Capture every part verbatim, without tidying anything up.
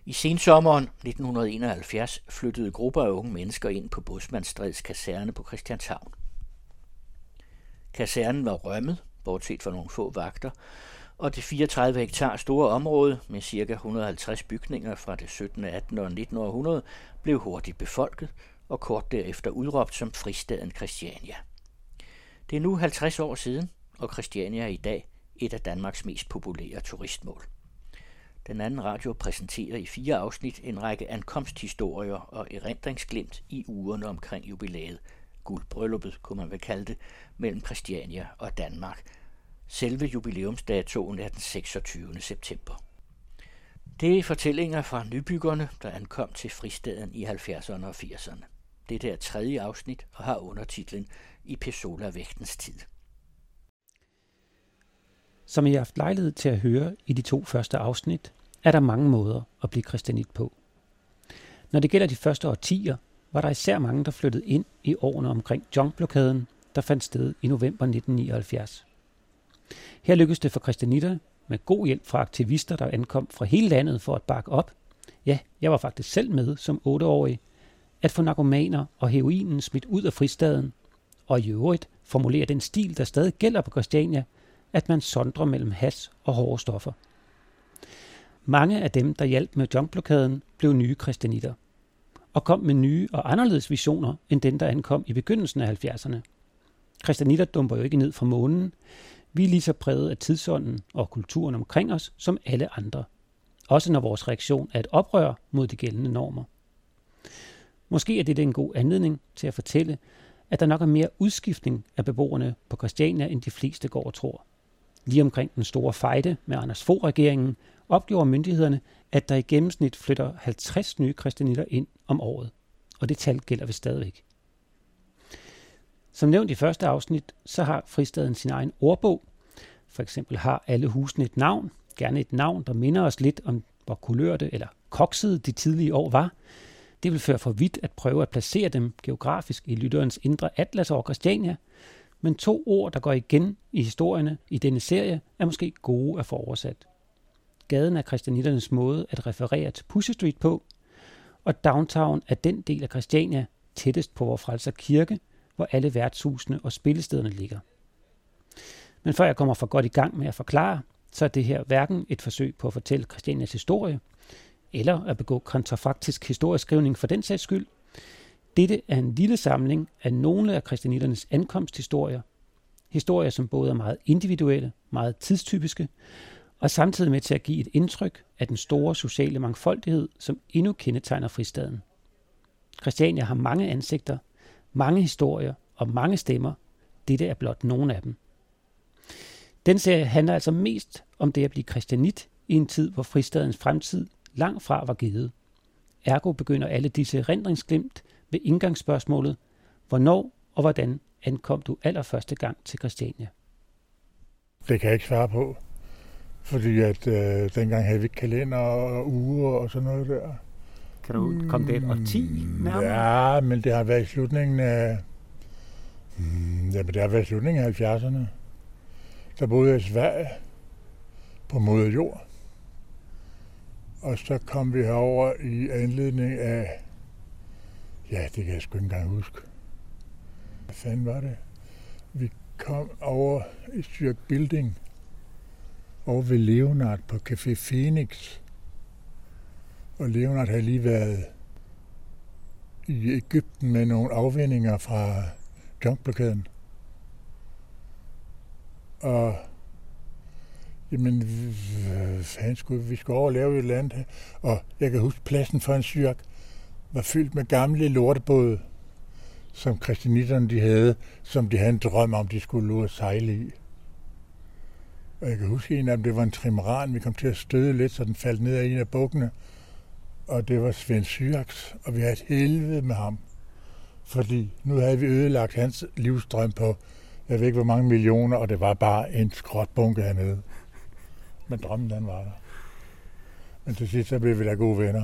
I sensommeren nitten enoghalvfjerds flyttede grupper af unge mennesker ind på Bådsmandsstrædes kaserne på Christianshavn. Kasernen var rømmet, bortset fra nogle få vagter, og det fireogtredive hektar store område med ca. et hundrede og halvtreds bygninger fra det syttende, attende og nittende århundrede blev hurtigt befolket og kort derefter udråbt som fristaden Christiania. Det er nu halvtreds år siden, og Christiania er i dag et af Danmarks mest populære turistmål. Den anden radio præsenterer i fire afsnit en række ankomsthistorier og erindringsglimt i ugerne omkring jubilæet. Guldbrylluppet, kunne man vel kalde det, mellem Christiania og Danmark. Selve jubilæumsdatoen er den seksogtyvende september. Det er fortællinger fra nybyggerne, der ankom til fristaden i halvfjerdserne og firserne. Det er tredje afsnit og har undertitlen I Pesola-vægtens tid. Som I har haft lejlighed til at høre i de to første afsnit, er der mange måder at blive christianit på. Når det gælder de første årtier, var der især mange, der flyttede ind i årene omkring Junkblokaden, der fandt sted i november nitten nioghalvfjerds. Her lykkedes det for christianitterne, med god hjælp fra aktivister, der ankom fra hele landet for at bakke op. Ja, jeg var faktisk selv med som otteårig, at få narkomaner og heroinen smidt ud af fristaden, og i øvrigt formulere den stil, der stadig gælder på Christiania, at man sondrer mellem hash og hårde stoffer. Mange af dem, der hjalp med Junkblokaden, blev nye christianitter, og kom med nye og anderledes visioner, end den, der ankom i begyndelsen af halvfjerdserne. Christianitter dumper jo ikke ned fra månen. Vi er lige så præget af tidsånden og kulturen omkring os, som alle andre. Også når vores reaktion er et oprør mod de gældende normer. Måske er det en god anledning til at fortælle, at der nok er mere udskiftning af beboerne på Christiania, end de fleste går og tror. Lige omkring den store fejde med Anders Fogh-regeringen opgjorde myndighederne, at der i gennemsnit flytter halvtreds nye christianitter ind om året. Og det tal gælder vi stadigvæk. Som nævnt i første afsnit, så har fristaden sin egen ordbog. For eksempel har alle husene et navn, gerne et navn, der minder os lidt om, hvor kulørte eller koksede de tidlige år var. Det vil føre for vidt at prøve at placere dem geografisk i lytterens indre atlas over Christiania, men to ord, der går igen i historierne i denne serie, er måske gode at få oversat. Gaden er christianitternes måde at referere til Pusher Street på, og downtown er den del af Christiania tættest på Vor Frelser Kirke, hvor alle værtshusene og spillestederne ligger. Men før jeg kommer for godt i gang med at forklare, så er det her hverken et forsøg på at fortælle Christianias historie, eller at begå kontrafaktisk historieskrivning for den sags skyld. Dette er en lille samling af nogle af christianitternes ankomsthistorier. Historier, som både er meget individuelle, meget tidstypiske, og samtidig med til at give et indtryk af den store sociale mangfoldighed, som endnu kendetegner fristaden. Christiania har mange ansigter, mange historier og mange stemmer. Dette er blot nogle af dem. Den serie handler altså mest om det at blive christianit i en tid, hvor fristadens fremtid langt fra var givet. Ergo begynder alle disse erindringsglimt ved indgangsspørgsmålet: hvornår og hvordan ankom du allerførste gang til Christiania? Det kan jeg ikke svare på, fordi at øh, dengang havde vi ikke kalender og uger og sådan noget der. Kan du komme det et årti nærmere? Ja, men det har været i slutningen af, hmm, ja, men det har været i slutningen af halvfjerdserne. Der boede jeg i Sverige på moder jord. Og så kom vi herover i anledning af, ja, det kan jeg sgu ikke engang huske. Hvad fanden var det? Vi kom over i Styrk Building, over ved Leonard på Café Phoenix. Og Leonard havde lige været i Egypten med nogle afvendinger fra Junkblokaden. Og jamen, fanden skulle vi skulle over og lave et eller andet. Og jeg kan huske, pladsen for en Styrk var fyldt med gamle lortebåde, som christianitterne de havde, som de havde en drøm om, de skulle lure sejle i. Og jeg kan huske, en af dem, det var en trimaran. Vi kom til at støde lidt, så den faldt ned af en af bukkene. Og det var Svend Syrax, og vi havde et helvede med ham. Fordi nu havde vi ødelagt hans livsdrøm på, jeg ved ikke hvor mange millioner, og det var bare en skrotbunke hernede. Men drømmen, den var der. Men til sidst, så blev vi da gode venner.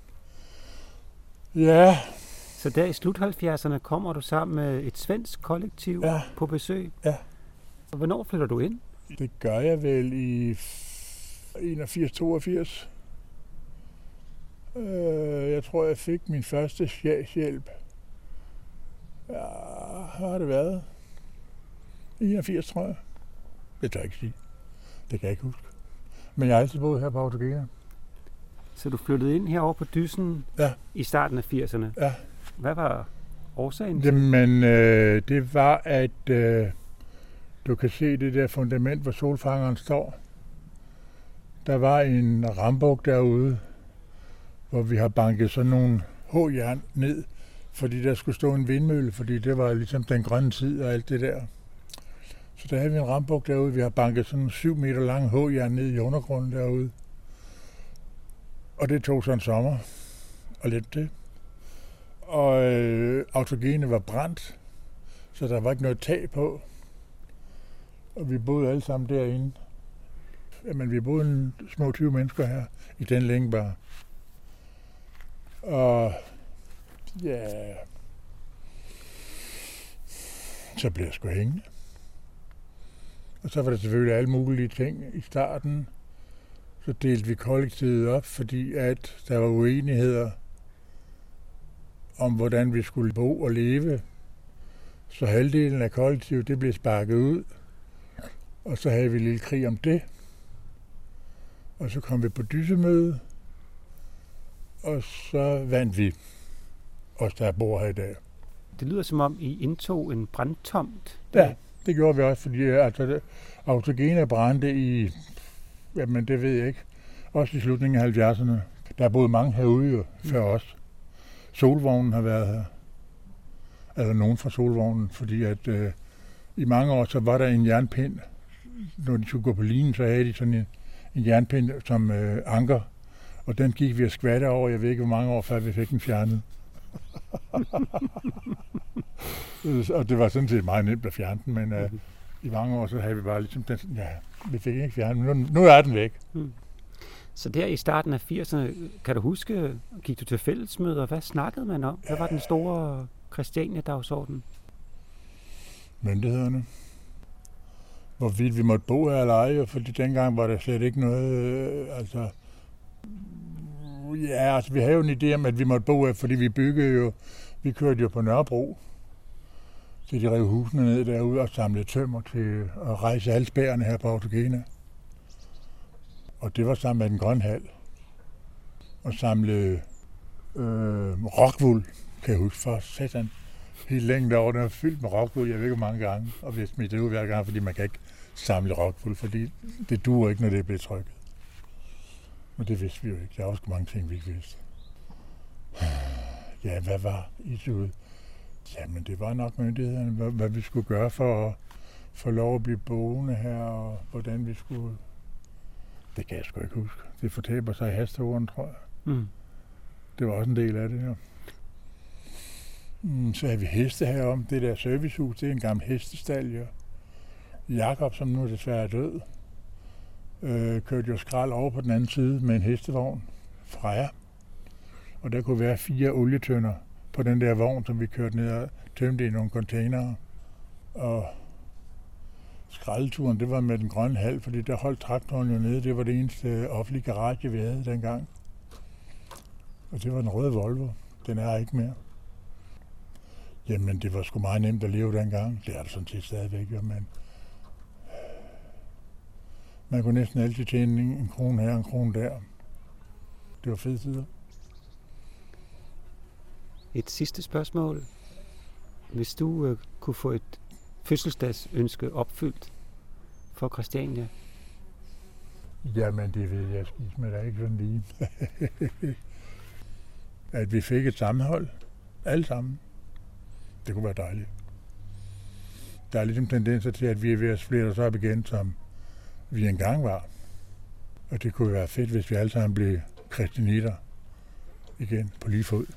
Ja. Så der i slut halvfjerdserne kommer du sammen med et svensk kollektiv ja. på besøg? Ja. Og hvornår flytter du ind? Det gør jeg vel i enogfirs toogfirs. Øh, jeg tror, jeg fik min første chefshjælp. Ja, hvad har det været? enogfirs, tror jeg. Det tør jeg ikke sige. Det kan jeg ikke huske. Men jeg har altid boet her på Autogena. Så du flyttede ind herover på Dyssen ja. i starten af firserne? Ja. Hvad var årsagen? Jamen, øh, det var, at øh, du kan se det der fundament, hvor solfangeren står. Der var en rambuk derude, hvor vi har banket sådan nogle H-jern ned, fordi der skulle stå en vindmølle, fordi det var ligesom den grønne tid og alt det der. Så der havde vi en rambuk derude, vi har banket sådan en syv meter lang H-jern ned i undergrunden derude. Og det tog så en sommer og lidt det. Og øh, Autogene var brændt, så der var ikke noget tag på. Og vi boede alle sammen derinde. Jamen, vi boede en små tyve mennesker her, i den længe bare. Og ja, så blev jeg sgu hængende. Og så var der selvfølgelig alle mulige ting i starten. Så delte vi kollektivet op, fordi at der var uenigheder om, hvordan vi skulle bo og leve. Så halvdelen af kollektivet, det blev sparket ud. Og så havde vi en lille krig om det. Og så kom vi på dyssemøde. Og så vandt vi os, der bor her i dag. Det lyder som om, I indtog en brandtomt. Ja, det gjorde vi også, fordi altså, Autogena brændte i, jamen det ved jeg ikke, også i slutningen af halvfjerdserne. Der er boet mange herude jo, før os. Solvognen har været her. Eller nogen fra Solvognen, fordi at øh, i mange år, så var der en jernpind. Når de skulle gå på linjen, så havde de sådan en, en jernpind som øh, anker. Og den gik vi at skvatte over, jeg ved ikke hvor mange år, før vi fik den fjernet. Og det var sådan set meget nemt at fjerne den, men øh, i mange år, så havde vi bare ligesom den, ja, vi fik ikke fjernet den, nu, nu er den væk. Mm. Så der i starten af firserne, kan du huske, gik du til fællesmøder, hvad snakkede man om? Hvad var den store Christiania-dagsorden? Myndighederne. Hvorvidt vi måtte bo her eller ej, fordi dengang var der slet ikke noget, øh, altså, ja, altså vi havde jo en idé om, at vi måtte bo her, fordi vi byggede jo, vi kørte jo på Nørrebro, så de rev husene ned derude og samlede tømmer til at rejse alle spærene her på Autogena. Og det var sammen med den grønne hal. Og samlede øh, rockwool, kan jeg huske for satan. Helt længe derovre, den var fyldt med rockwool, jeg ved ikke hvor mange gange. Og vi har smidt det ud hver gang, fordi man kan ikke samle rockwool, fordi det duer ikke, når det bliver trykket. Men det vidste vi jo ikke. Der er også mange ting, vi ikke vidste. Ja, hvad var I ude? Jamen, det var nok myndighederne, hvad, hvad vi skulle gøre for at få lov at blive boende her, og hvordan vi skulle. Det kan jeg sgu ikke huske. Det fortæber sig i hasteordene, tror jeg. Mm. Det var også en del af det her. Mm, så havde vi heste herom. Det der servicehus, det er en gammel hestestal, ja. Jakob, som nu desværre er død, øh, kørte jo skrald over på den anden side med en hestevogn. Freja. Og der kunne være fire olietønder på den der vogn, som vi kørte ned og tømte i nogle containere. Og skraldeturen, det var med den grønne hal, fordi der holdt traktoren jo nede. Det var det eneste offentlige garage, vi havde dengang. Og det var den røde Volvo. Den er ikke mere. Jamen, det var sgu meget nemt at leve dengang. Det er det sådan set stadigvæk, jo, men man kunne næsten altid tjene en krone her og en krone der. Det var fede tider. Et sidste spørgsmål. Hvis du øh, kunne få et fødselsdagsønske opfyldt for Christiania? Jamen, det ved jeg skidt med dig ikke sådan lige. At vi fik et sammenhold. Alle sammen. Det kunne være dejligt. Der er ligesom tendenser til, at vi er ved at splitte os op igen, som vi engang var. Og det kunne være fedt, hvis vi alle sammen blev kristianitter igen på lige fod.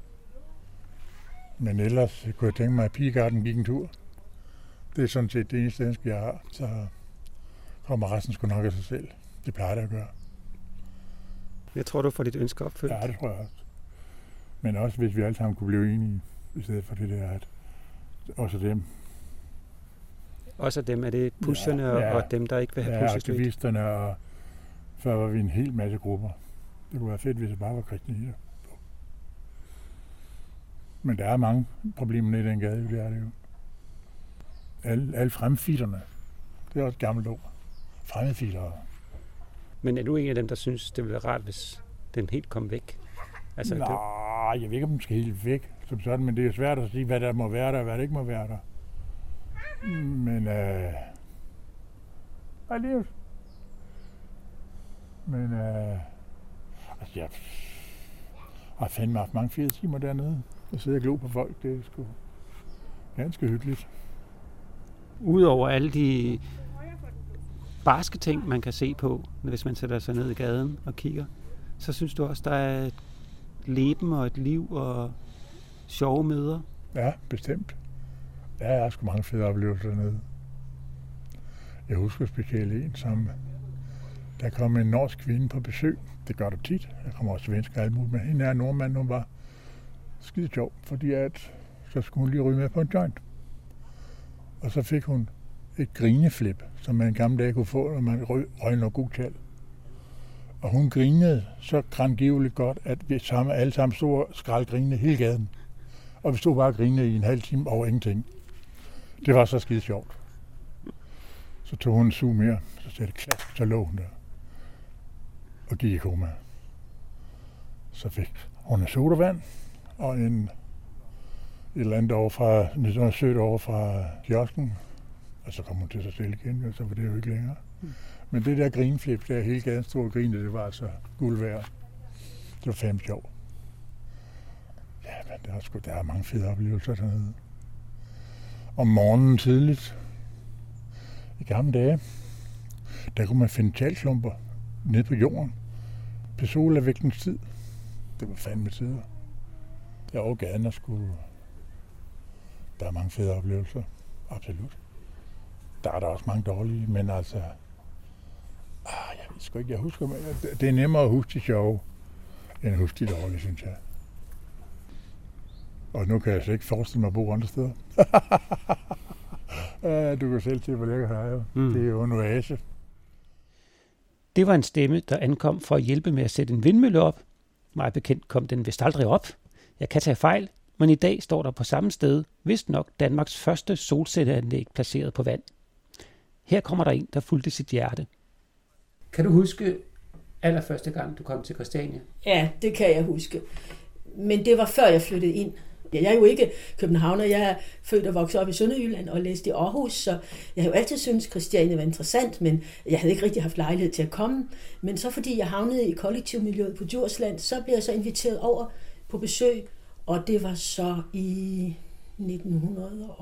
Men ellers kunne jeg tænke mig, at Pigegarden gik en tur. Det er sådan set det eneste ønske, jeg har. Så kommer resten sgu nok af sig selv. Det plejer det at gøre. Jeg tror, du får dit ønske opfyldt. Ja, det tror jeg også. Men også, hvis vi alle sammen kunne blive enige, i stedet for det der, at også dem. Også dem, er det pusherne ja, ja, og dem, der ikke vil have ja, pushestreet? Ja, aktivisterne, og før var vi en hel masse grupper. Det kunne være fedt, hvis det bare var Christianita. Men der er mange problemer i den gade, det er det jo. Alle, alle fremfilerne, det er også et gammelt ord. Fremmedfilere. Men er du en af dem, der synes, det ville være rart, hvis den helt kom væk? Altså, Nej, det... jeg ved ikke, om den skal helt væk, som sådan, men det er svært at sige, hvad der må være der, og hvad der ikke må være der. Men, øh... alligevel. Men, øh... altså, jeg har fandme haft mange fire timer dernede. Jeg sidder og glo på folk, det er sgu ganske hyggeligt. Udover alle de barske ting, man kan se på, hvis man sætter sig ned i gaden og kigger, så synes du også, der er et leben og et liv og sjove møder? Ja, bestemt. Der er sgu mange fede oplevelser dernede. Jeg husker specielt en, som der kom en norsk kvinde på besøg. Det gør der tit. Der kommer også svensker alt muligt, men hende er nordmand, hun var skide sjov, fordi at så skulle hun lige ryge med på en joint. Og så fik hun et grineflip, som man en gammel dag kunne få, når man røg, røg noget god tjal. Og hun grinede så grandgiveligt godt, at vi sammen, alle sammen stod og skraldgrinede hele gaden. Og vi stod bare og grinede i en halv time over ingenting. Det var så skide sjovt. Så tog hun en sug mere, så sagde det klask, så lå hun der. Og gik i koma. Så fik hun en sodavand og en et eller andet over fra, noget sødt over fra kiosken. Og så kom hun til sig selv igen, og så var det jo ikke længere. Mm. Men det der grinflip, der hele gaden stod og grinede, det var altså guld værd. Det var fandme sjovt. Ja, men der er, sgu, der er mange fede oplevelser dernede. Om morgenen tidligt, i gamle dage, der kunne man finde talklumper nede på jorden. På solevægtens tid. Det var fandme tider. Jeg over gaden og skulle... Der er mange fede oplevelser. Absolut. Der er der også mange dårlige, men altså... Ah, jeg ved sgu ikke, jeg husker... Det er nemmere at huske de sjove, end at huske de dårlige, synes jeg. Og nu kan jeg slet ikke forestille mig at bo andre steder. Du kan selv se, hvor lækker her er jo. Mm. Det er jo en oase. Det var en stemme, der ankom for at hjælpe med at sætte en vindmølle op. Meget bekendt kom den vist aldrig op. Jeg kan tage fejl, men i dag står der på samme sted, vist nok Danmarks første solcelleanlæg placeret på vand. Her kommer der en, der fulgte sit hjerte. Kan du huske allerførste gang, du kom til Christiania? Ja, det kan jeg huske. Men det var før jeg flyttede ind. Jeg er jo ikke københavner, jeg er født og vokset op i Sønderjylland og læste i Aarhus, så jeg har jo altid syntes, Christiania var interessant, men jeg havde ikke rigtig haft lejlighed til at komme. Men så fordi jeg havnede i kollektivmiljøet på Djursland, så blev jeg så inviteret over på besøg, og det var så i nitten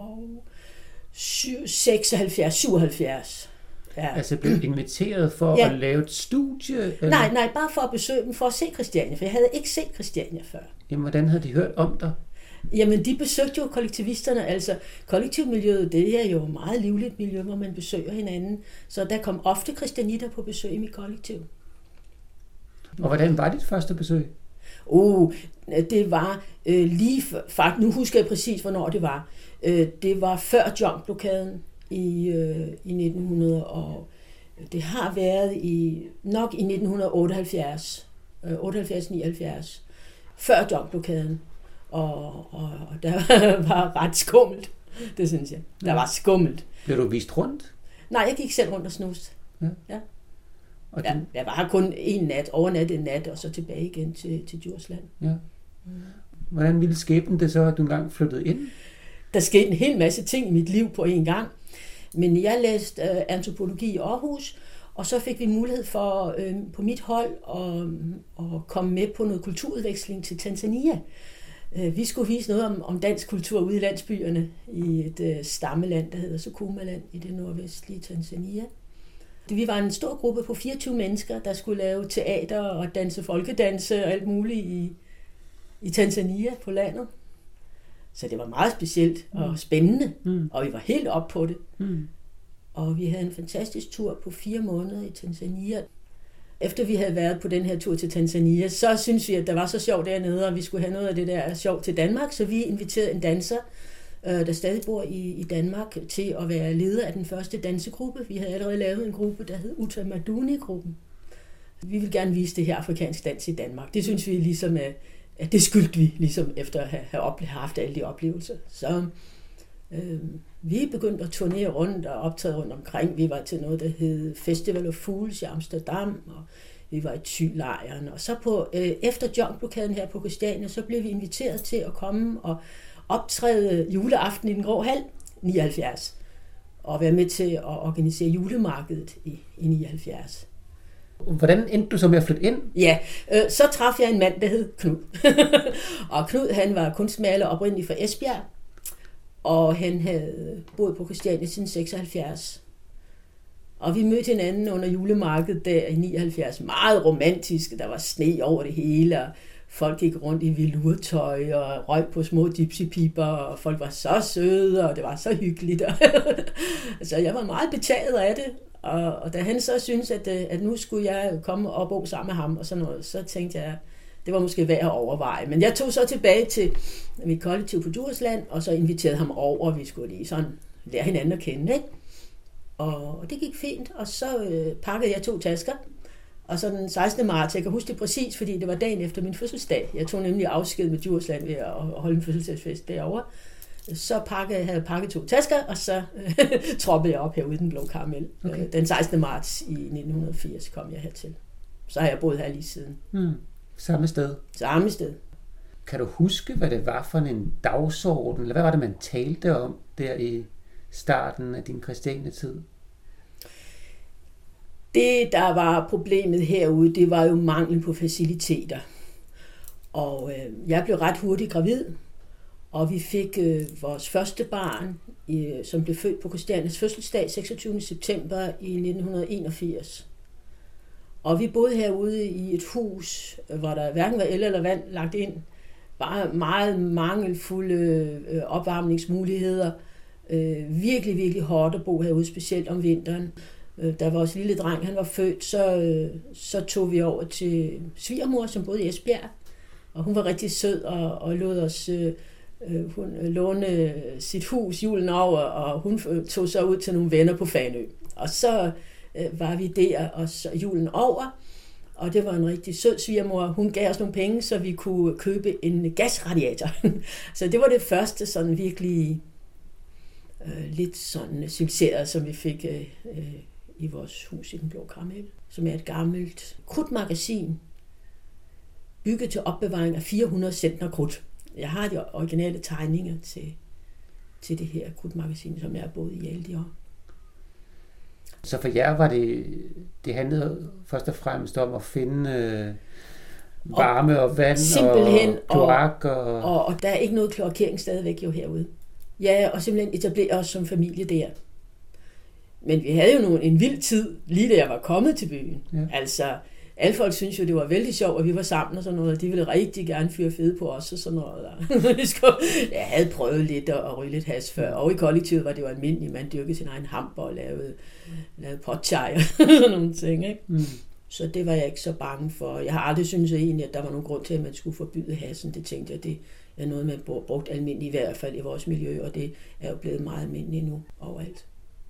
seksoghalvfjerds syvoghalvfjerds. Ja. Altså blev inviteret for ja. at lave et studie? Eller? Nej, nej, bare for at besøge dem, for at se Christiania, for jeg havde ikke set Christiania før. Jamen, hvordan havde de hørt om dig? Jamen, de besøgte jo kollektivisterne. Altså, kollektivmiljøet, det er jo et meget livligt miljø, hvor man besøger hinanden. Så der kom ofte christianitter på besøg i mit kollektiv. Og hvordan var dit første besøg? Oh, det var øh, lige før, nu husker jeg præcis, hvornår det var. Øh, det var før junkblokaden i, øh, i nitten hundrede, og det har været i, nok i nitten otteoghalvfjerds, øh, otteoghalvfjerds nioghalvfjerds, før junkblokaden. Og, og, og der var ret skummelt, det synes jeg. Der ja. var skummelt. Blev du vist rundt? Nej, jeg gik selv rundt og snuste. Ja. Ja. Og ja, jeg var her kun en nat, overnat en nat, og så tilbage igen til, til Djursland. Ja. Hvordan ville skæbnen det så, at du engang flyttede ind? Der skete en hel masse ting i mit liv på en gang. Men jeg læste øh, antropologi i Aarhus, og så fik vi mulighed for øh, på mit hold at, at komme med på noget kulturudveksling til Tanzania. Vi skulle vise noget om, om dansk kultur ude i landsbyerne i et øh, stammeland, der hedder Sukumaland i det nordvestlige Tanzania. Vi var en stor gruppe på fireogtyve mennesker, der skulle lave teater og danse folkedanse og alt muligt i, i Tanzania på landet. Så det var meget specielt og mm. spændende, mm. og vi var helt op på det. Mm. Og vi havde en fantastisk tur på fire måneder i Tanzania. Efter vi havde været på den her tur til Tanzania, så synes vi, at der var så sjovt dernede, og vi skulle have noget af det der sjovt til Danmark, så vi inviterede en danser, der stadig bor i, i Danmark, til at være leder af den første dansegruppe. Vi havde allerede lavet en gruppe, der hed Utamaduni-gruppen. Vi vil gerne vise det her afrikansk dans i Danmark. Det synes vi ligesom, at det skyldte vi, ligesom efter at have, have haft alle de oplevelser. Så øh, vi begyndte at turnere rundt og optræde rundt omkring. Vi var til noget, der hed Festival of Fools i Amsterdam, og vi var i Thylejren. Og så på, øh, efter junkblokaden her på Christiania, så blev vi inviteret til at komme og optræde juleaften i Den Grå Hal nioghalvfjerds. Og være med til at organisere julemarkedet i, i nioghalvfjerds. Hvordan endte du så med at flytte ind? Ja, øh, så traf jeg en mand, der hed Knud. Og Knud, han var kunstmaler oprindeligt fra Esbjerg, og han havde boet på Christiania siden seksoghalvfjerds. Og vi mødte hinanden under julemarkedet der i nioghalvfjerds. Meget romantisk, der var sne over det hele, og folk gik rundt i velurtøj og røg på små dipsypiber, og folk var så søde, og det var så hyggeligt. Så jeg var meget betaget af det. Og, og da han så syntes, at, at nu skulle jeg komme og bo sammen med ham og sådan noget, så tænkte jeg, det var måske værd at overveje. Men jeg tog så tilbage til mit kollektiv på Djursland, og så inviterede ham over, og vi skulle lige sådan lære hinanden at kende, ikke? Og, og det gik fint, og så øh, pakkede jeg to tasker, og så den sekstende marts, jeg kan huske det præcis, fordi det var dagen efter min fødselsdag. Jeg tog nemlig afsked med Djursland ved at holde en fødselsdagsfest derovre. Så pakkede, havde jeg pakket to tasker, og så øh, troppede jeg op herude i Den Blå Karamel. Okay. Den sekstende marts i nitten firs kom jeg hertil. Så har jeg boet her lige siden. Hmm. Samme sted? Samme sted. Kan du huske, hvad det var for en dagsorden, eller hvad var det, man talte om der i starten af din Christiania-tid? Det, der var problemet herude, det var jo manglen på faciliteter. Og øh, jeg blev ret hurtigt gravid, og vi fik øh, vores første barn, øh, som blev født på Christianias fødselsdag, seksogtyvende september i nitten enogfirs. Og vi boede herude i et hus, hvor der hverken var el eller vand lagt ind. Bare meget mangelfulde øh, opvarmningsmuligheder. Øh, virkelig, virkelig hårdt at bo herude, specielt om vinteren. Øh, da vores lille dreng han var født, så, øh, så tog vi over til svigermor, som boede i Esbjerg. Og hun var rigtig sød og, og lod os øh, hun låne sit hus julen over, og hun tog så ud til nogle venner på Fanø. Og så øh, var vi der og så julen over, og det var en rigtig sød svigermor. Hun gav os nogle penge, så vi kunne købe en gasradiator. Så det var det første sådan virkelig øh, lidt sådan civiliseret, som vi fik øh, øh, i vores hus i Den Blå Karamel, som er et gammelt krudtmagasin, bygget til opbevaring af fire hundrede centner krudt. Jeg har de originale tegninger til, til det her krudtmagasin, som jeg har boet i alle de år. Så for jer var det, det handlede først og fremmest om at finde øh, varme og, og vand simpelthen, og kloak? Og, og, og, og der er ikke noget kloakering stadigvæk jo herude. Ja, og simpelthen etablere os som familie der. Men vi havde jo nogle, en vild tid, lige da jeg var kommet til byen. Ja. Altså, alle folk synes jo, det var vældig sjovt, at vi var sammen og sådan noget, og de ville rigtig gerne fyre fede på os og sådan noget. Jeg havde prøvet lidt at ryge lidt has før, og i kollektivet var det jo almindeligt, man dyrkede sin egen hamper og lavede, lavede potchai og sådan nogle ting, ikke? Mm. Så det var jeg ikke så bange for. Jeg har aldrig syntes egentlig, at der var nogen grund til, at man skulle forbyde hassen. Det tænkte jeg, det er noget, man brugt almindeligt, i hvert fald i vores miljø, og det er jo blevet meget almindeligt nu overalt.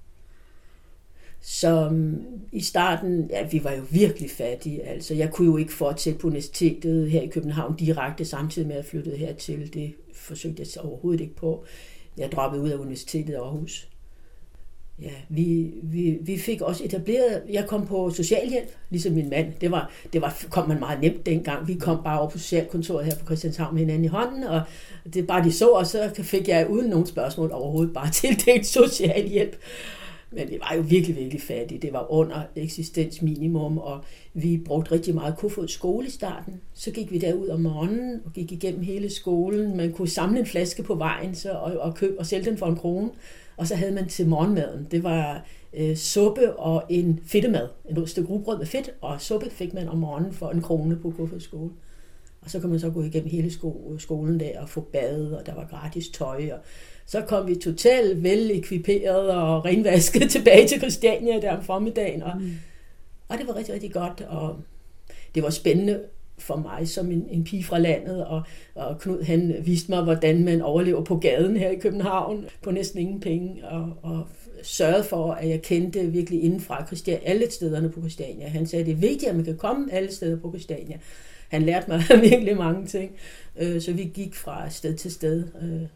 Så i starten, ja, vi var jo virkelig fattige, altså jeg kunne jo ikke fortsætte på universitetet her i København direkte samtidig med at flytte hertil. Det forsøgte jeg overhovedet ikke på. Jeg droppede ud af universitetet i Aarhus. Ja, vi, vi, vi fik også etableret, jeg kom på socialhjælp, ligesom min mand. Det var, det var, kom man meget nemt dengang. Vi kom bare over på socialkontoret her på Christianshavn med hinanden i hånden, og det bare de så, og så fik jeg uden nogen spørgsmål overhovedet bare tildelt socialhjælp. Men vi var jo virkelig, virkelig fattige. Det var under eksistensminimum, og vi brugte rigtig meget Kofoeds skole i starten. Så gik vi derud om morgenen og gik igennem hele skolen. Man kunne samle en flaske på vejen så, og, og købe og sælge den for en krone. Og så havde man til morgenmaden. Det var øh, suppe og en fedtemad. Et stykke rugbrød med fedt, og suppe fik man om morgenen for en krone på Kofoeds skole. Og så kunne man så gå igennem hele sko- skolen der og få bade, og der var gratis tøj. Og så kom vi totalt velekviperet og renvasket tilbage til Christiania der om formiddagen. Og, mm. og det var rigtig, rigtig godt. Og det var spændende for mig som en, en pige fra landet, og, og Knud han viste mig, hvordan man overlever på gaden her i København på næsten ingen penge, og, og sørgede for, at jeg kendte virkelig indenfra Christiania, alle stederne på Christiania. Han sagde, det er vigtigt, at man kan komme alle steder på Christiania. Han lærte mig virkelig mange ting, så vi gik fra sted til sted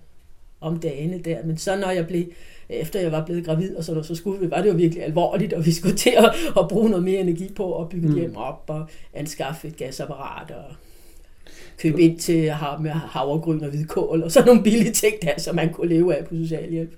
om dagene der. Men så når jeg blev, efter jeg var blevet gravid, og så, så skulle vi, var det jo virkelig alvorligt, og vi skulle til at, at bruge noget mere energi på at bygge et hjem op og anskaffe et gasapparat og købe ind til med havregryn og hvidkål og sådan nogle billige ting der, som man kunne leve af på socialhjælp.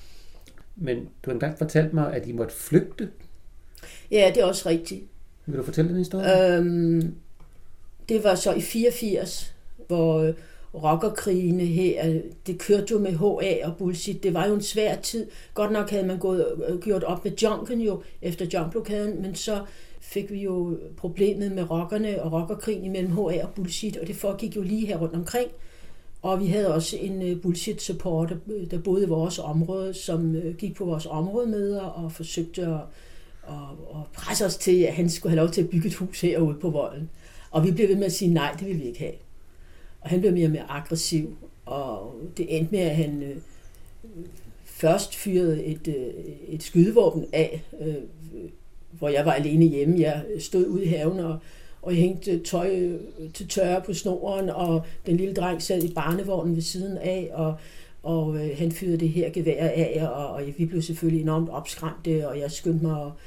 Men du har engang fortalt mig, at I måtte flygte. Ja, det er også rigtigt. Vil du fortælle den historie? Øhm, det var så i fireogfirs, hvor rockerkrigene her, det kørte jo med H A og bullshit. Det var jo en svær tid. Godt nok havde man gået, gjort op med junken jo, efter junkblokaden, men så fik vi jo problemet med rockerne og rockerkrigen imellem H A og bullshit, og det foregik jo lige her rundt omkring. Og vi havde også en bullshit-supporter, der boede i vores område, som gik på vores områdemøder og forsøgte at, at, at presse os til, at han skulle have lov til at bygge et hus herude på volden. Og vi blev ved med at sige, nej, det ville vi ikke have. Og han blev mere og mere aggressiv, og det endte med, at han øh, først fyrede et, øh, et skydevåben af, øh, hvor jeg var alene hjemme. Jeg stod ude i haven, og, og jeg hængte tøj til tørre på snoren, og den lille dreng sad i barnevognen ved siden af, og, og øh, han fyrede det her gevær af, og, og vi blev selvfølgelig enormt opskræmte, og jeg skyndte mig at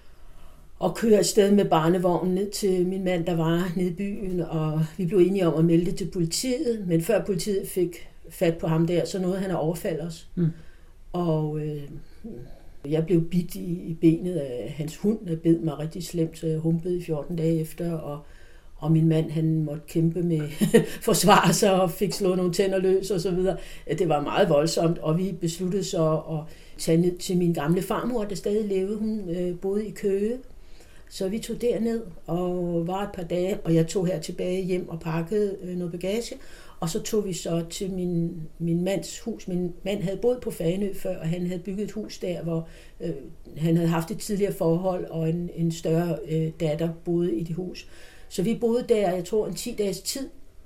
og køre afsted med barnevognen ned til min mand, der var nede i byen, og vi blev enige om at melde det til politiet, men før politiet fik fat på ham der, så nåede han at overfalde os. Mm. Og øh, jeg blev bidt i, i benet af hans hund, der bed mig rigtig slemt, så jeg humpede i fjorten dage efter, og, og min mand, han måtte kæmpe med forsvare sig og fik slået nogle tænder løs og så videre. Det var meget voldsomt, og vi besluttede så at tage ned til min gamle farmor, der stadig levede. Hun øh, boede i Køge. Så vi tog derned og var et par dage, og jeg tog her tilbage hjem og pakkede noget bagage. Og så tog vi så til min, min mands hus. Min mand havde boet på Fanø før, og han havde bygget et hus der, hvor øh, han havde haft et tidligere forhold, og en, en større øh, datter boede i det hus. Så vi boede der, jeg tror, en ti dages tid.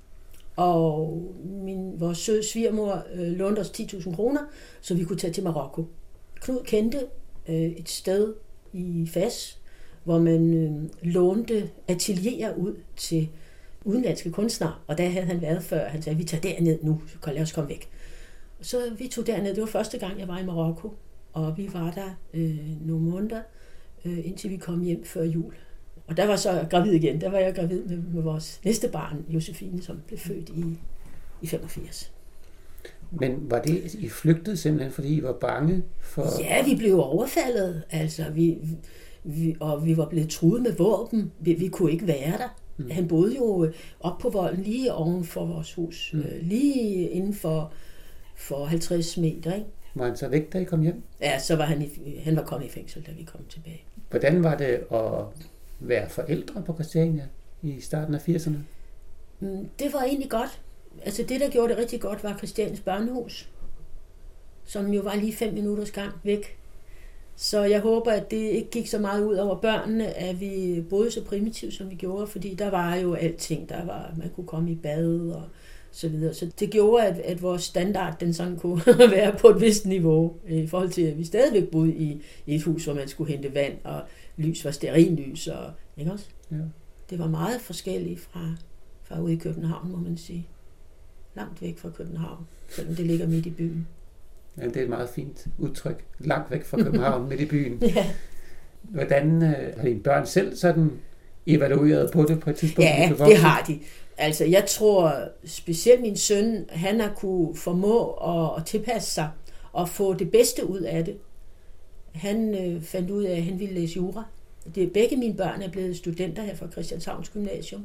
Og min, vores søde svigermor øh, lånte os ti tusind kroner, så vi kunne tage til Marokko. Knud kendte øh, et sted i Fas, hvor man øh, lånte atelierer ud til udenlandske kunstnere, og der havde han været før. Han sagde, vi tager derned nu, så kan lad os komme væk. Så vi tog derned, det var første gang, jeg var i Marokko, og vi var der øh, nogle måneder, øh, indtil vi kom hjem før jul. Og der var så gravid igen, der var jeg gravid med, med vores næste barn, Josefine, som blev født i, i femogfirs. Men var det, I flygtede simpelthen, fordi I var bange for... Ja, vi blev overfaldet, altså vi... Vi, og vi var blevet truet med våben. Vi, vi kunne ikke være der. Mm. Han boede jo op på volden lige oven for vores hus. Mm. Øh, lige inden for, for halvtreds meter. Ikke? Var han så væk, da I kom hjem? Ja, så var han, i, han var kommet i fængsel, da vi kom tilbage. Hvordan var det at være forældre på Christiania i starten af firserne? Mm, det var egentlig godt. Altså det, der gjorde det rigtig godt, var Christianias børnehus, som jo var lige fem minutters gang væk. Så jeg håber, at det ikke gik så meget ud over børnene, at vi boede så primitivt, som vi gjorde, fordi der var jo alting. Der var, man kunne komme i bad og så videre. Så det gjorde, at, at vores standard den sådan kunne være på et vist niveau, i forhold til, at vi stadigvæk boede i, i et hus, hvor man skulle hente vand, og lys var stearinlys, og, ikke også? Ja. Det var meget forskelligt fra, fra ude i København, må man sige. Langt væk fra København, selvom det ligger midt i byen. Ja, det er et meget fint udtryk. Langt væk fra København, midt i byen. Ja. Hvordan øh, har dine børn selv sådan evalueret på det på et tidspunkt? Ja, det har de. Altså, jeg tror specielt min søn, han har kunne formå at, at tilpasse sig og få det bedste ud af det. Han øh, fandt ud af, at han ville læse jura. Det, begge mine børn er blevet studenter her fra Christianshavns Gymnasium.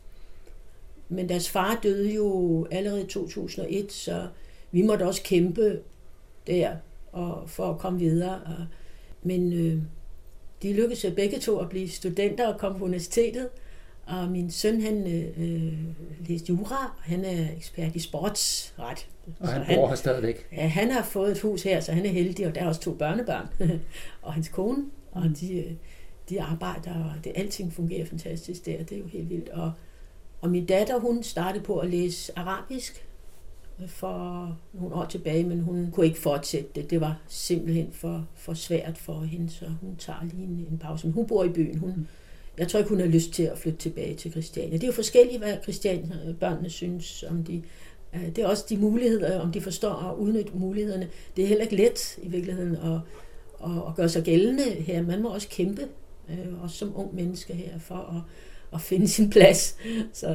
Men deres far døde jo allerede i to tusind og et, så vi måtte også kæmpe der og for at komme videre. Og, men øh, de lykkedes jo begge to at blive studenter og komme på universitetet. Og min søn, han øh, læste jura, og han er ekspert i sportsret. Og han bor her stadigvæk. Ja, han har fået et hus her, så han er heldig, og der er også to børnebørn. Og hans kone, og de, de arbejder, og det, alting fungerer fantastisk der, det er jo helt vildt. Og Og min datter, hun startede på at læse arabisk for nogle år tilbage, men hun kunne ikke fortsætte det. Det var simpelthen for, for svært for hende, så hun tager lige en, en pause. Men hun bor i byen. Hun, jeg tror ikke, hun har lyst til at flytte tilbage til Christiania. Det er jo forskelligt, hvad Christiania børnene synes om de. Det er også de muligheder, om de forstår at udnytte mulighederne. Det er heller ikke let i virkeligheden at, at, at gøre sig gældende her. Man må også kæmpe, også som ung menneske her, for at, at finde sin plads. Så.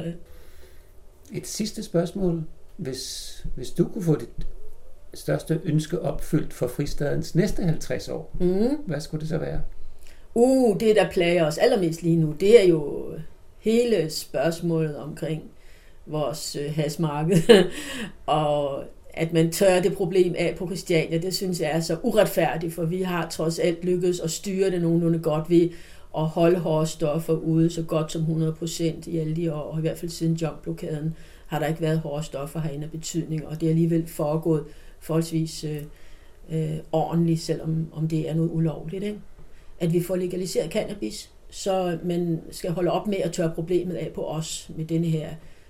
Et sidste spørgsmål. Hvis, hvis du kunne få dit største ønske opfyldt for Fristadens næste halvtreds år, mm. hvad skulle det så være? Uh, det der plager os allermest lige nu, det er jo hele spørgsmålet omkring vores øh, hasmarked, og at man tørrer det problem af på Christiania, det synes jeg er så uretfærdigt, for vi har trods alt lykkedes at styre det nogenlunde godt ved at holde hårde stoffer ude så godt som hundrede procent i alle de år, og i hvert fald siden junkblokaden har der ikke været hårde stoffer herinde af betydning, og det er alligevel foregået forholdsvis øh, øh, ordentligt, selvom om det er noget ulovligt, ikke? At vi får legaliseret cannabis, så man skal holde op med at tørre problemet af på os med denne her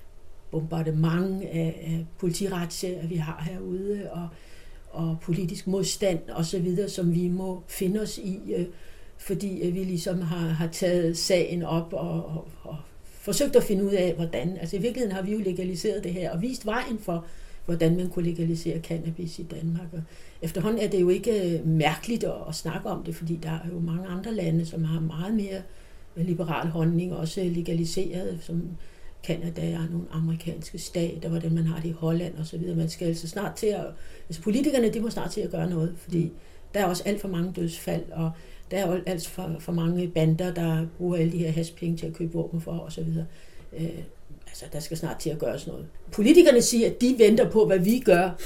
bombardement af, af politiretssager, vi har herude, og, og politisk modstand osv., som vi må finde os i, øh, fordi øh, vi ligesom har, har taget sagen op og, og, og forsøgt at finde ud af, hvordan. Altså i virkeligheden har vi jo legaliseret det her og vist vejen for, hvordan man kunne legalisere cannabis i Danmark. Og efterhånden er det jo ikke mærkeligt at, at snakke om det, fordi der er jo mange andre lande, som har meget mere liberal holdning, også legaliseret, som Canada og nogle amerikanske stater, hvordan man har det i Holland og så videre. Man skal altså snart til at, altså politikerne, de må snart til at gøre noget, fordi der er også alt for mange dødsfald, og der er jo alt for, for mange bander, der bruger alle de her hashpenge til at købe våben for og så videre. Øh, altså, der skal snart til at gøres noget. Politikerne siger, at de venter på, hvad vi gør.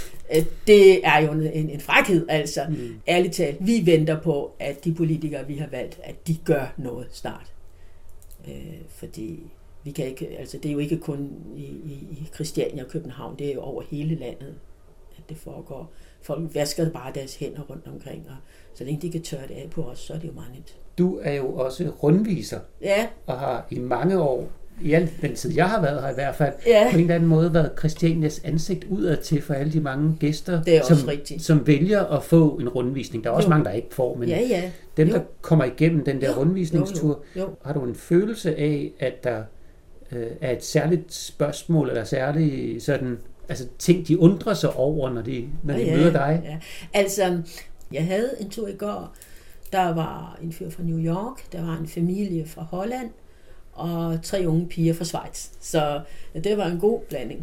Det er jo en, en frækhed, altså. Mm. Ærligt talt, vi venter på, at de politikere, vi har valgt, at de gør noget snart. Øh, fordi vi kan ikke, altså det er jo ikke kun i, i, i Christiania og København, det er jo over hele landet, at det foregår. Folk vasker bare deres hænder rundt omkring, og så længe de kan tørre det af på os, så er det jo meget nemt. Du er jo også rundviser, ja. Og har i mange år, i al den tid jeg har været her i hvert fald, ja. på en eller anden måde været Christianias ansigt udad til for alle de mange gæster, det er også som, rigtigt. som vælger at få en rundvisning. Der er også jo. mange, der ikke får, men ja, ja. dem, jo. der kommer igennem den der jo. rundvisningstur, jo, jo. Jo. har du en følelse af, at der øh, er et særligt spørgsmål, eller særligt sådan, altså ting, de undrer sig over, når de, når de ja, møder dig? Ja. Altså, jeg havde en tur i går, der var en fyr fra New York, der var en familie fra Holland, og tre unge piger fra Schweiz. Så ja, det var en god blanding.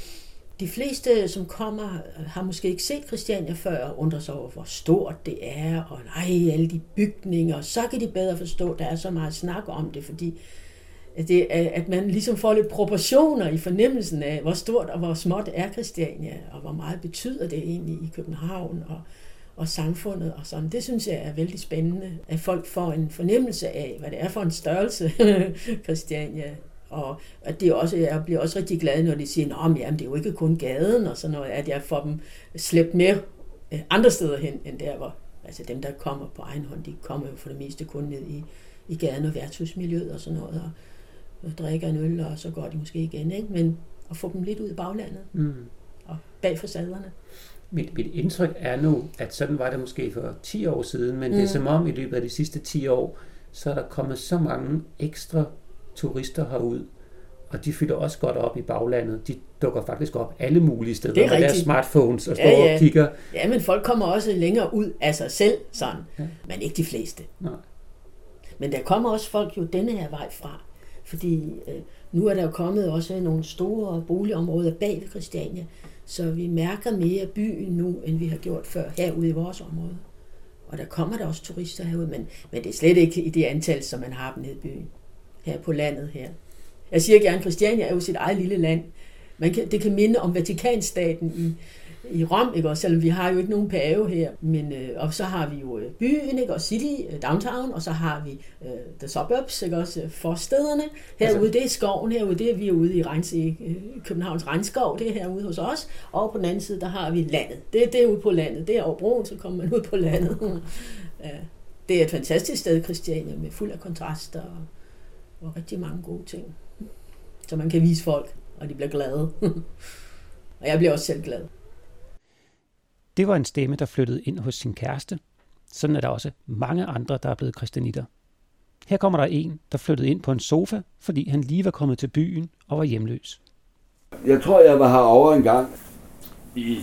De fleste, som kommer, har måske ikke set Christiania før, og undrer sig over, hvor stort det er, og nej, alle de bygninger, så kan de bedre forstå, at der er så meget snak om det, fordi det er, at man ligesom får lidt proportioner i fornemmelsen af, hvor stort og hvor småt er Christiania, og hvor meget betyder det egentlig i København og, og samfundet og sådan. Det synes jeg er vældig spændende, at folk får en fornemmelse af, hvad det er for en størrelse, Christiania. Og at det også, jeg bliver også rigtig glad, når de siger, at det er jo ikke kun gaden og sådan noget, at jeg får dem slæbt med andre steder hen, end der, hvor altså dem, der kommer på egen hånd, de kommer jo for det meste kun ned i, i gaden og værtshusmiljøet og sådan noget, og og drikker en øl, og så går de måske igen, ikke? Men at få dem lidt ud i baglandet, mm. og bag facaderne. Mit, mit indtryk er nu, at sådan var det måske for ti år siden, men mm. det er som om i løbet af de sidste ti år, så er der kommet så mange ekstra turister herud, og de fylder også godt op i baglandet. De dukker faktisk op alle mulige steder med deres smartphones og står ja, ja. og kigger. Ja, men folk kommer også længere ud af sig selv, sådan, ja. Men ikke de fleste. Nej. Men der kommer også folk jo denne her vej fra, fordi øh, nu er der jo kommet også nogle store boligområder bag ved Christiania, så vi mærker mere byen nu, end vi har gjort før herude i vores område. Og der kommer der også turister herude, men, men det er slet ikke i det antal, som man har dem nede i byen. Her på landet her. Jeg siger gerne, at Christiania er jo sit eget lille land. Man kan, det kan minde om Vatikanstaten i, i Rom, ikke? Og selvom vi har jo ikke nogen pave her. Men, øh, og så har vi jo byen, ikke? Og City, downtown, og så har vi øh, the suburbs, ikke? Også forstederne. Herude, altså, det er skoven herude, det er vi er ude i, Regns, i øh, Københavns Regnskov, det er herude hos os. Og på den anden side, der har vi landet. Det, det er ude på landet. Det er over broen, så kommer man ud på landet. Ja, det er et fantastisk sted, Christiania, med fuld af kontraster og, og rigtig mange gode ting. så man kan vise folk, og de bliver glade. Og jeg bliver også selv glad. Det var en stemme, der flyttede ind hos sin kæreste. Sådan er der også mange andre, der er blevet kristianitter. Her kommer der en, der flyttede ind på en sofa, fordi han lige var kommet til byen og var hjemløs. Jeg tror, jeg var herovre en gang i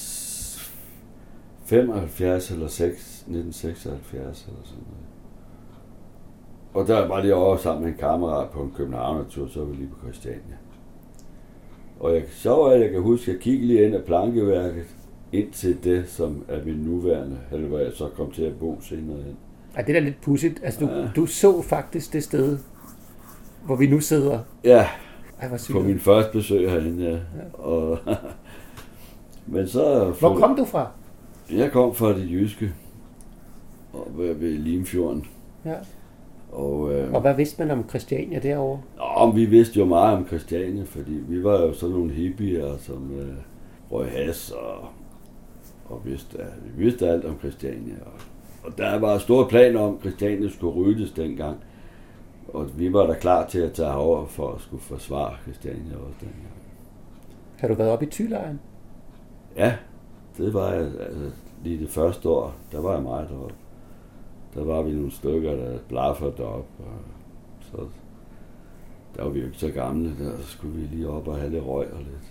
femoghalvfjerds eller nitten seksoghalvfjerds eller sådan noget. Og der var det over sammen med en kammerat på en københavnertur, så var vi lige på Christiania. Og jeg, så var jeg, jeg kan huske, at jeg kiggede lige ind af plankeværket, ind til det, som er min nuværende, eller hvor jeg så kom til at bo senere hen. Ej, det er da lidt pudsigt. Altså, du, ja. du så faktisk det sted, hvor vi nu sidder. Ja, Ej, hvor sygt. På min første besøg herinde, ja. ja. Og, men så... Hvor kom du fra? Jeg kom fra det jyske, og ved, ved Limfjorden. Ja. Og, øh, og hvad vidste man om Christiania derovre? Nå, vi vidste jo meget om Christiania, fordi vi var jo sådan nogle hippier, som øh, røg has, og, og vidste, ja, vi vidste alt om Christiania. Og, og der var store planer om, at Christiania skulle ryddes dengang. Og vi var da klar til at tage over for at skulle forsvare Christiania også dengang. Har du været oppe i Thylejren? Ja, det var jeg altså, lige det første år. Der var jeg meget deroppe. Der var vi nogle stykker, der blaffede deroppe. Og så der var vi jo ikke så gamle, der så skulle vi lige op og have lidt røg og lidt,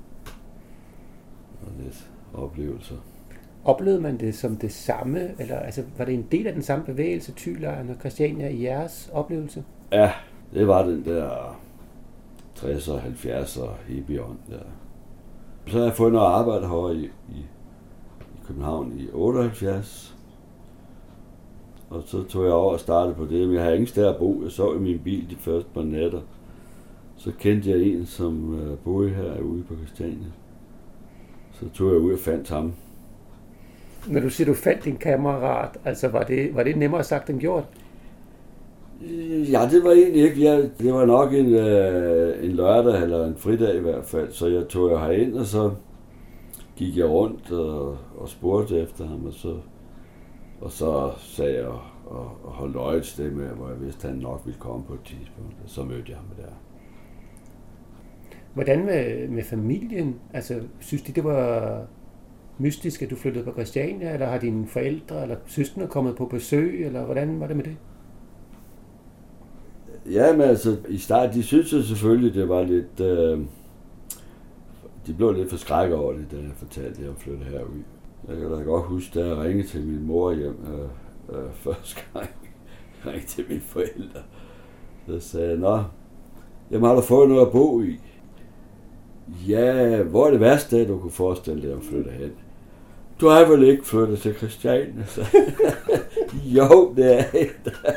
og lidt oplevelser. Oplevede man det som det samme, eller altså, var det en del af den samme bevægelse, Thylejren og Christiania, i jeres oplevelse? Ja, det var den der tresser og halvfjerdser hippieånd der. Så har jeg fået noget arbejde herovre i, i, i København i otteoghalvfjerds. Og så tog jeg over og startede på det, men jeg havde ingen sted at bo. Jeg sov i min bil de første par nætter. Så kendte jeg en, som boede herude på Christiania. Så tog jeg ud og fandt ham. Når du siger, du fandt din kammerat, altså var det, var det nemmere sagt end gjort? Ja, det var egentlig ikke. Jeg, det var nok en, øh, en lørdag eller en fridag i hvert fald. Så jeg tog jeg herind, og så gik jeg rundt og, og spurgte efter ham, og så, og så sagde jeg og, og holdt øje et sted med, hvor jeg vidste, at han nok ville komme på et tidspunkt. Og så mødte jeg ham der. Hvordan med, med familien? Altså, synes de, det var mystisk, at du flyttede på Christiania, eller har dine forældre eller søskende kommet på besøg, eller hvordan var det med det? Ja, men altså, i starten, de synes jo selvfølgelig, det var lidt... Øh, de blev lidt forskrækket over det, da jeg fortalte, at jeg flyttede herud. Jeg kan da godt huske, da jeg ringede til min mor hjem øh, øh, første gang. Jeg ringede til mine forældre. Så sagde jeg, nå, jamen har du fået noget at bo i? Ja, hvor er det værste, du kunne forestille dig at flytte hen? Du har vel ikke flyttet til Christiania? Jo, det er jeg.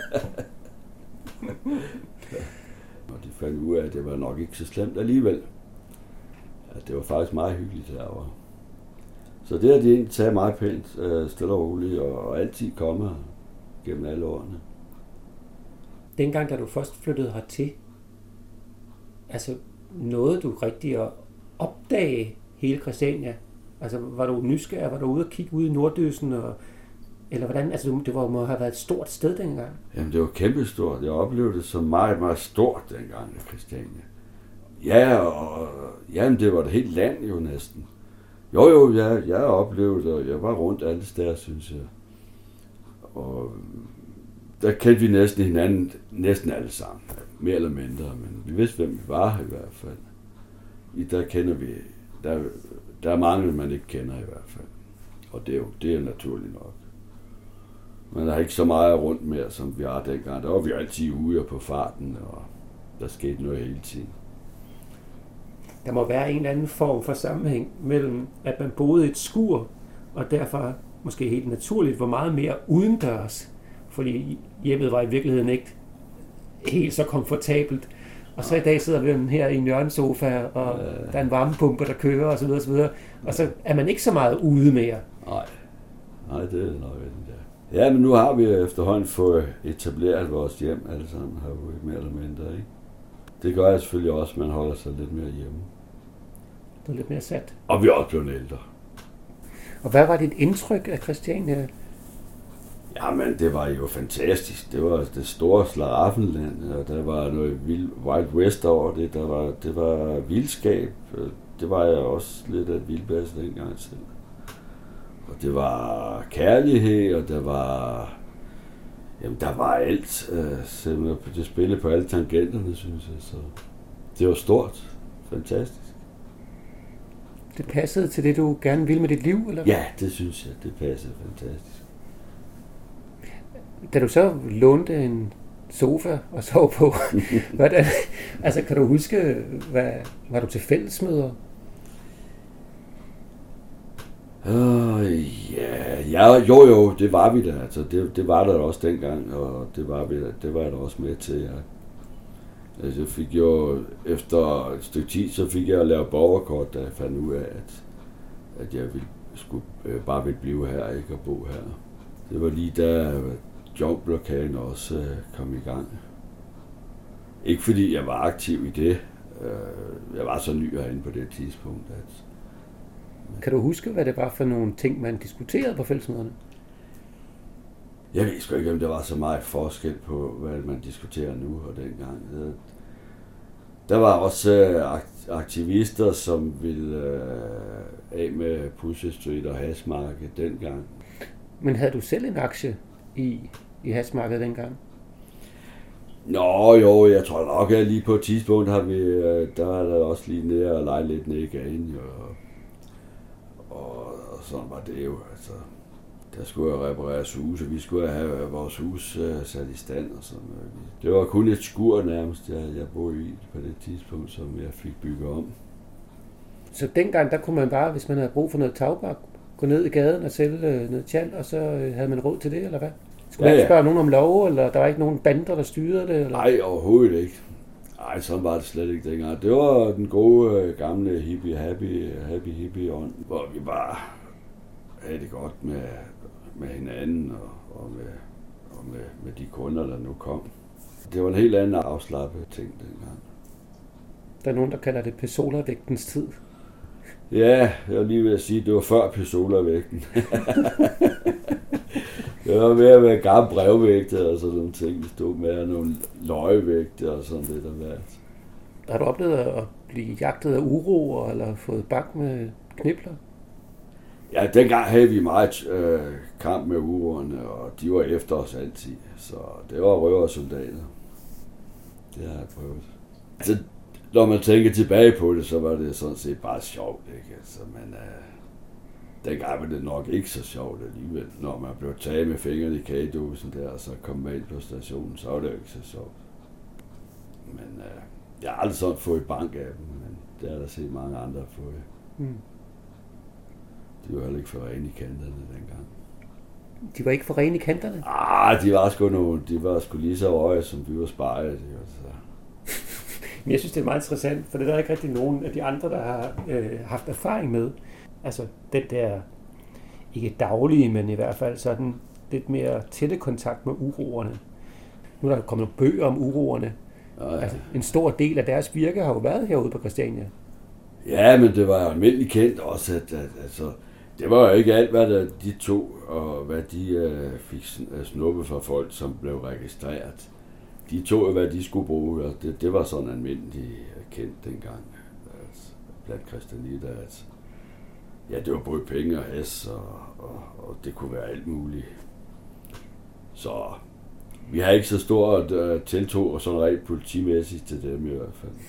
Og de fandt ud af, at det var nok ikke så slemt alligevel. At det var faktisk meget hyggeligt herovre. Så det har de egentlig taget meget pænt, stille og roligt, og altid kommet gennem alle årene. Dengang, da du først flyttede hertil, altså nåede du rigtig at opdage hele Christiania? Altså var du nysgerrig, var du ude og kigge ud i Nordøsten, og, eller hvordan? Altså det var, må have været et stort sted dengang. Jamen det var kæmpestort. Jeg oplevede det som meget, meget stort dengang af Christiania. Ja, og jamen, det var det helt land jo næsten. Jo jo, jeg, jeg oplevede det, og jeg var rundt alle steder, synes jeg. Og der kendte vi næsten hinanden, næsten alle sammen. Mere eller mindre, men vi vidste, hvem vi var i hvert fald. I der kender vi, der, der er mange, man ikke kender i hvert fald. Og det er jo det er naturligt nok. Men der er ikke så meget rundt mere, som vi har dengang. Der var vi altid ude på farten, og der skete noget hele tiden. Der må være en eller anden form for sammenhæng mellem, at man boede i et skur, og derfor måske helt naturligt var meget mere udendørs. Fordi hjemmet var i virkeligheden ikke helt så komfortabelt. Og så i dag sidder vi her i en hjørnesofa, og øh. der er en varmepumpe, der kører osv. osv. Og så er man ikke så meget ude mere. Nej, Nej det er nok ikke det. Ja, men nu har vi efterhånden fået etableret vores hjem alle sammen herude, mere eller mindre, ikke? Det gør jeg selvfølgelig også, at man holder sig lidt mere hjemme. Du er lidt mere sat. Og vi er også blevet ældre. Og hvad var dit indtryk af Christiania? Jamen, det var jo fantastisk. Det var det store Slaraffenland, og der var noget vild, Wild West over det. Der var, det var vildskab. Det var jeg også lidt af et vildbas dengang selv. Og det var kærlighed, og der var... Jamen, der var alt. Øh, det spillede på alle tangenterne, synes jeg. Så det var stort. Fantastisk. Det passede til det, du gerne ville med dit liv, eller? Ja, det synes jeg. Det passede fantastisk. Da du så lånte en sofa og sov på, hvordan, altså kan du huske, hvad, var du til fællesmøder? Uh, ja, ja, jo jo, det var vi da. Altså, det, det var der også dengang, og det var, vi, det var jeg da også med til. Ja. Altså, jeg fik jo, efter et stykke tid, så fik jeg at lave borgerkort, da jeg fandt ud af, at, at jeg ville, skulle, øh, bare ville blive her, ikke, og bo her. Det var lige da jobblokaden også øh, kom i gang. Ikke fordi jeg var aktiv i det. Øh, jeg var så ny herinde på det tidspunkt. At... Kan du huske, hvad det var for nogle ting, man diskuterede på fællesmøderne? Jeg ved sgu ikke, om der var så meget forskel på, hvad man diskuterer nu og dengang. Der var også aktivister, som ville af med Pusher Street og hashmarkedet dengang. Men havde du selv en aktie i, i hashmarkedet dengang? Nå jo, jeg tror nok, at lige på et tidspunkt har vi, der var der også lige nede og lege lidt nede i gaden, og, og, og sådan var det jo, altså. Der skulle jeg repareres huse, vi skulle have vores hus uh, sat i stand og sådan noget. Det var kun et skur nærmest, jeg, jeg boede i på det tidspunkt, som jeg fik bygget om. Så dengang, der kunne man bare, hvis man havde brug for noget tagbak, gå ned i gaden og sælge uh, noget tjal, og så uh, havde man råd til det, eller hvad? Skulle man ja, ja. Spørge nogen om lov, eller der var ikke nogen bander, der styrede det? Eller? Nej, overhovedet ikke. Nej, sådan var det slet ikke dengang. Det var den gode, uh, gamle hippie, happy, happy hippie ånd, hvor vi bare havde det godt med... med hinanden og, og, med, og med, med de kunder, der nu kom. Det var en helt anden afslappet ting dengang. Der er nogen, der kalder det Pesola-vægtens tid. Ja, jeg var lige ved at sige, at det var før Pesola-vægten. Det var ved at være gamle brevvægte og sådan nogle ting. Vi stod med nogle løjevægte og sådan lidt af hvert. Har du oplevet at blive jagtet af uroer eller fået bak med knibler? Ja, dengang havde vi meget øh, kamp med uroerne, og de var efter os altid. Så det var røversoldater. Det har jeg prøvet. Altså, når man tænker tilbage på det, så var det sådan set bare sjovt, ikke? Altså, men øh, dengang var det nok ikke så sjovt alligevel. Når man blev taget med fingrene i kagedåsen der, og så kom man ind på stationen, så var det jo ikke så sjovt. Men øh, jeg har aldrig sådan fået bank af dem, men det har der set mange andre fået. Mm. De var heller ikke for rene i kanterne dengang. De var ikke for rene i kanterne? Ah, de var sgu nogle, de var sgu lige så øje, som vi var spejer. Så. Men jeg synes, det er meget interessant, for det er der ikke rigtig nogen af de andre, der har øh, haft erfaring med. Altså den der, ikke daglige, men i hvert fald sådan lidt mere tætte kontakt med uroerne. Nu er der kommet nogle bøger om uroerne. Ja, ja. Altså, en stor del af deres virke har jo været herude på Christiania. Ja, men det var jo almindeligt kendt også, at, at altså, det var jo ikke alt, hvad der, de to, og hvad de øh, fik snuppet fra folk, som blev registreret. De to, hvad de skulle bruge, og det, det var sådan almindeligt kendt dengang, altså, blandt christianitter, at ja, det var både penge og has, og, og, og det kunne være alt muligt. Så vi har ikke så stort uh, tiltog og sådan rent politimæssigt til dem i hvert fald.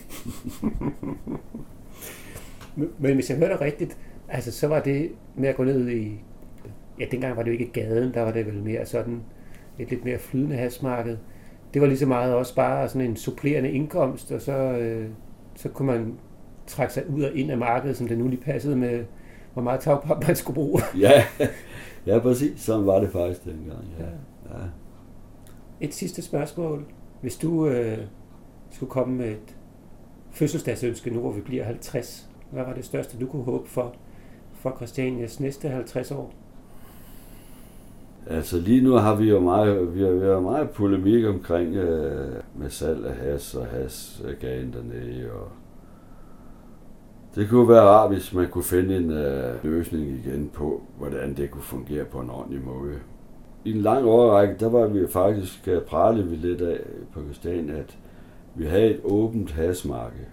Men hvis jeg hører det rigtigt, altså så var det med at gå ned i, ja dengang var det jo ikke gaden, der var det vel mere sådan et lidt mere flydende hashmarked. Det var lige så meget også bare sådan en supplerende indkomst, og så, øh, så kunne man trække sig ud og ind af markedet, som det nu lige passede med, hvor meget tagpap man skulle bruge. Ja, ja præcis, sådan var det faktisk dengang. Ja. Ja. Et sidste spørgsmål. Hvis du øh, skulle komme med et fødselsdagsønske nu, hvor vi bliver halvtreds, hvad var det største, du kunne håbe for, for Christianias næste halvtreds år? Altså lige nu har vi jo meget, vi har, vi har meget polemik omkring øh, med salg af has og hasgagen dernede. Og det kunne være rart, hvis man kunne finde en øh, løsning igen på, hvordan det kunne fungere på en ordentlig måde. i en lang årrække, der var vi faktisk, prale vi lidt af på Christiania, at vi havde et åbent hasmarked,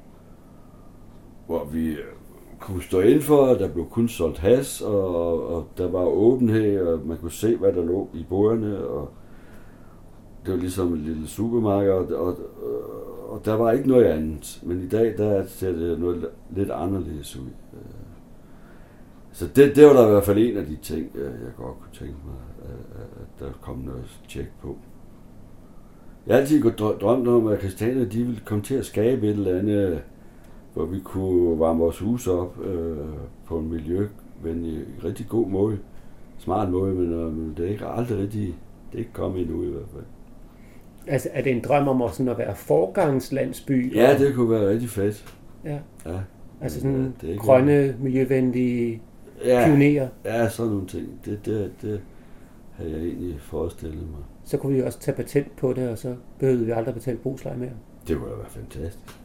hvor vi kunne stå indenfor, der blev kun solgt has, og, og der var åbenhed, og man kunne se, hvad der lå i bordene, og det var ligesom et lille supermarked, og, og, og der var ikke noget andet. Men i dag, der ser det noget lidt anderledes ud. Så det, det var der i hvert fald en af de ting, jeg godt kunne tænke mig, at der kom noget tjek på. Jeg har altid drømt om, at Christiania, de ville komme til at skabe et eller andet, hvor vi kunne varme vores hus op øh, på en miljøvenlig, rigtig god måde. Smart måde, men, øh, men det er ikke aldrig rigtig, det er ikke kommet endnu i hvert fald. Altså, er det en drøm om at, sådan at være forgangslandsby? Ja, det kunne være rigtig fedt. Ja. Ja. Altså sådan ja, grønne, noget. miljøvenlige ja. pionerer? Ja, sådan nogle ting. Det, det, det havde jeg egentlig forestillet mig. Så kunne vi også tage patent på det, og så behøvede vi aldrig betale brugsleje mere. Det kunne da være fantastisk.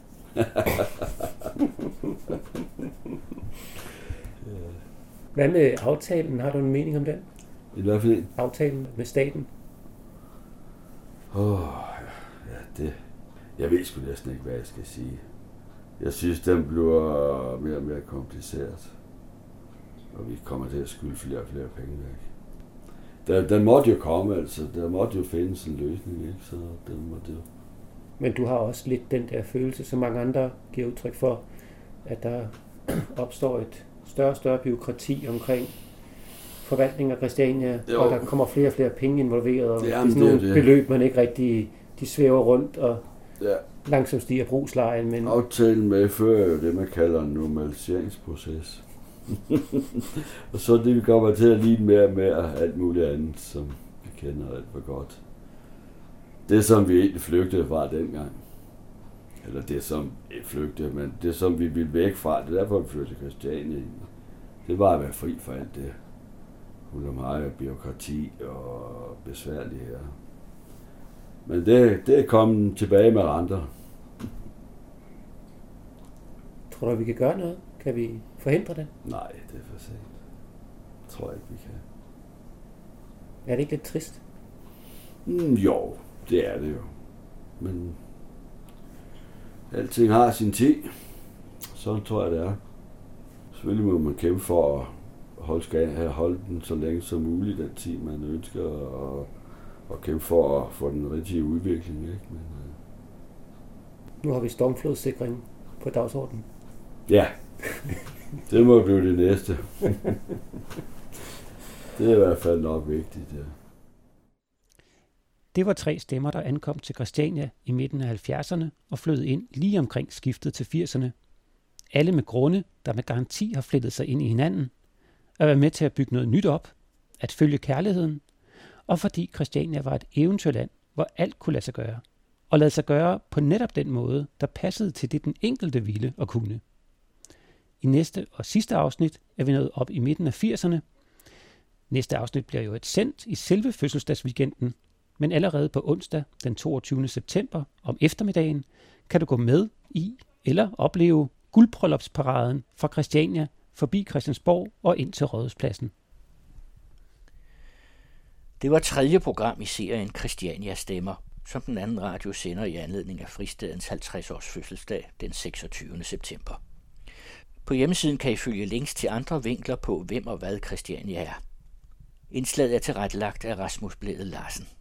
Hvad med aftalen? Har du en mening om den? I hvert fald en? Aftalen med staten? Åh, oh, ja, det... Jeg ved sgu næsten ikke, hvad jeg skal sige. Jeg synes, den bliver mere og mere kompliceret. Og vi kommer til at skylde flere og flere penge væk. Den, den måtte jo komme, altså. Der måtte jo findes en løsning, ikke? Så den måtte jo... Men du har også lidt den der følelse, som mange andre giver udtryk for, at der opstår et større og større bureaukrati omkring forvaltning af Christiania, jo. Og der kommer flere og flere penge involveret, og Jamen, det er sådan nogle det. beløb, man ikke rigtig, de svæver rundt, og ja. langsomt stiger brugslejen. Men... Aftalen medfører jo det, man kalder en normaliseringsproces. Og så det, vi kommer til at ligne mere og mere alt muligt andet, som vi kender alt for godt. Det, som vi egentlig flygtede fra dengang. Eller det, som ikke flygtede, men det, som vi ville væk fra. Det er derfor, vi flyttede til Christiania. Det var at være fri for alt det. Huldermaj og byråkrati og besværligheder. Men det, det er kommet tilbage med renter. Tror du, vi kan gøre noget? Kan vi forhindre det? Nej, det er for sent. Jeg tror ikke, vi kan. Er det ikke lidt trist? Mm, jo, det er det jo. Men alting har sin tid. Sådan tror jeg, det er. Selvfølgelig må man kæmpe for at holde, skal, holde den så længe som muligt, den tid man ønsker, og, og kæmpe for at få den rigtige udvikling. Ikke? Men, uh... Nu har vi stormflodssikring på dagsordenen. Ja, det må blive det næste. Det er i hvert fald nok vigtigt, ja. Det var tre stemmer, der ankom til Christiania i midten af halvfjerdserne og flød ind lige omkring skiftet til firserne. Alle med grunde, der med garanti har flettet sig ind i hinanden, at være med til at bygge noget nyt op, at følge kærligheden, og fordi Christiania var et eventyrland, hvor alt kunne lade sig gøre, og lade sig gøre på netop den måde, der passede til det, den enkelte ville og kunne. I næste og sidste afsnit er vi nået op i midten af firserne. Næste afsnit bliver jo et sendt i selve fødselsdagsweekenden, men allerede på onsdag den toogtyvende september om eftermiddagen kan du gå med i eller opleve guldbryllupsparaden fra Christiania forbi Christiansborg og ind til Rådhuspladsen. Det var tredje program i serien Christiania Stemmer, som den anden radio sender i anledning af Fristedens halvtreds års fødselsdag den seksogtyvende september. På hjemmesiden kan I følge links til andre vinkler på, hvem og hvad Christiania er. Indslaget er tilrettelagt af Rasmus Blædel Larsen.